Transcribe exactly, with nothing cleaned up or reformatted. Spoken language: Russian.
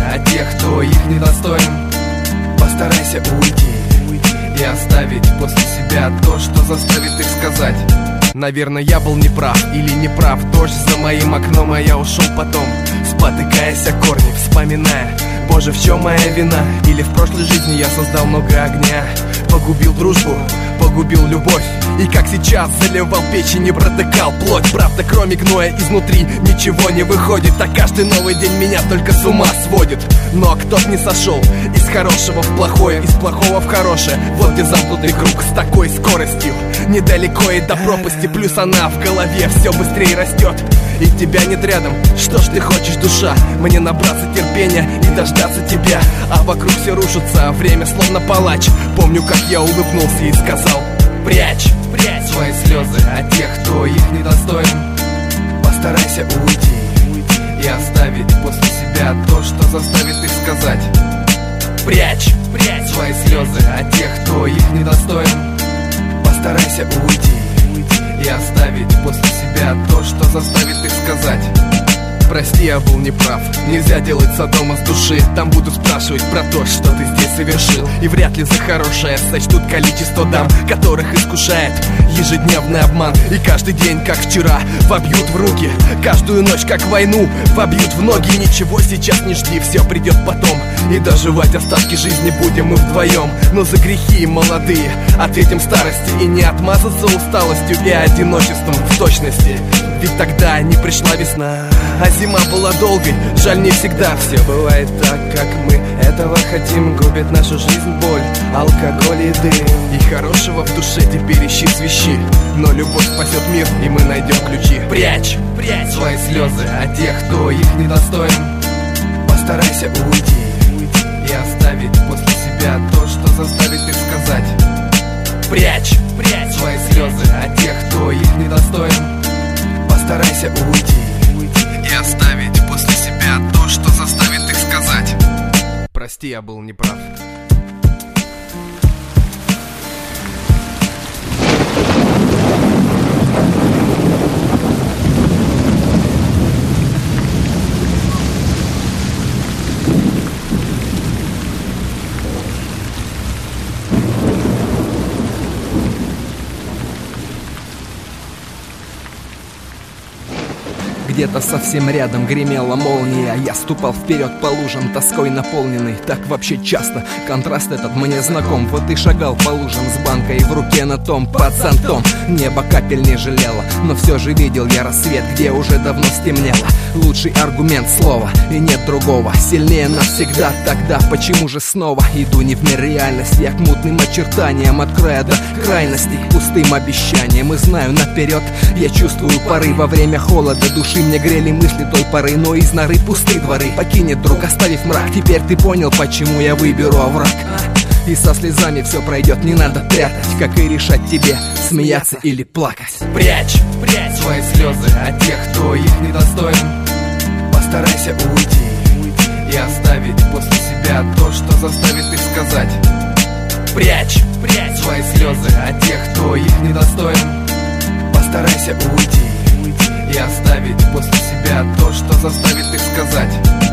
а тех, кто их недостоин, постарайся уйти и оставить после себя то, что заставит их сказать: наверное, я был неправ или неправ. Дождь за моим окном, а я ушел потом, спотыкаясь о корни, вспоминая: боже, в чем моя вина? Или в прошлой жизни я создал много огня, погубил дружбу, погубил любовь, и как сейчас заливал печь и не протыкал плоть. Правда, кроме гноя изнутри ничего не выходит, а каждый новый день меня только с ума сводит. Но кто-то не сошел из хорошего в плохое, из плохого в хорошее. Вот где замкнутый круг с такой скоростью, недалеко и до пропасти. Плюс она в голове все быстрее растет, и тебя нет рядом. Что ж ты хочешь, душа? Мне набраться терпения и дождаться тебя, а вокруг все рушится, время словно палач. Помню, как я улыбнулся и сказал: прячь, прячь свои слезы от тех, кто их недостоин, постарайся уйти и оставить после себя то, что заставит их сказать: прячь, прячь свои слезы от тех, кто их недостоин, постарайся уйти и оставить после себя то, что заставит их сказать: прости, я был неправ, нельзя делать содома с души. Там буду спрашивать про то, что ты здесь совершил, и вряд ли за хорошее сочтут количество дам, которых искушает ежедневный обман. И каждый день, как вчера, вобьют в руки, каждую ночь, как войну, вобьют в ноги. Ничего сейчас не жди, все придет потом, и доживать остатки жизни будем мы вдвоем. Но за грехи молодые ответим старости, и не отмазаться усталостью и одиночеством в точности. Ведь тогда не пришла весна, а зима была долгой, жаль, не всегда все бывает так, как мы этого хотим. Губит нашу жизнь боль, алкоголь и дым, и хорошего в душе теперь ищи свищи. Но любовь спасет мир, и мы найдем ключи. Прячь, прячь свои слезы от тех, кто их недостоин, постарайся уйти и оставить после себя то, что заставит их сказать: прячь, прячь свои слезы от тех, кто их недостоин, постарайся уйти и оставить после себя то, что заставит их сказать: прости, я был неправ. Где-то совсем рядом гремела молния, я ступал вперед по лужам, тоской наполненный. Так вообще часто, контраст этот мне знаком. Вот и шагал по лужам с банкой в руке на том, под зонтом. Небо капель не жалело, но все же видел я рассвет, где уже давно стемнело. Лучший аргумент слова, и нет другого, сильнее нас всегда. Тогда почему же снова иду не в мир реальности, я к мутным очертаниям от края до крайности, к пустым обещаниям. И знаю наперед, я чувствую поры во время холода души. Мне грели мысли той поры, но из норы пустые дворы покинет друг, оставив мрак. Теперь ты понял, почему я выберу овраг. И со слезами все пройдет, не надо прятать, как и решать тебе, смеяться или плакать. Прячь, прячь свои слезы от тех, кто их недостоин, постарайся уйти и оставить после себя то, что заставит их сказать: прячь, прячь свои слезы от тех, кто их недостоин, постарайся уйти и оставить после себя то, что заставит их сказать: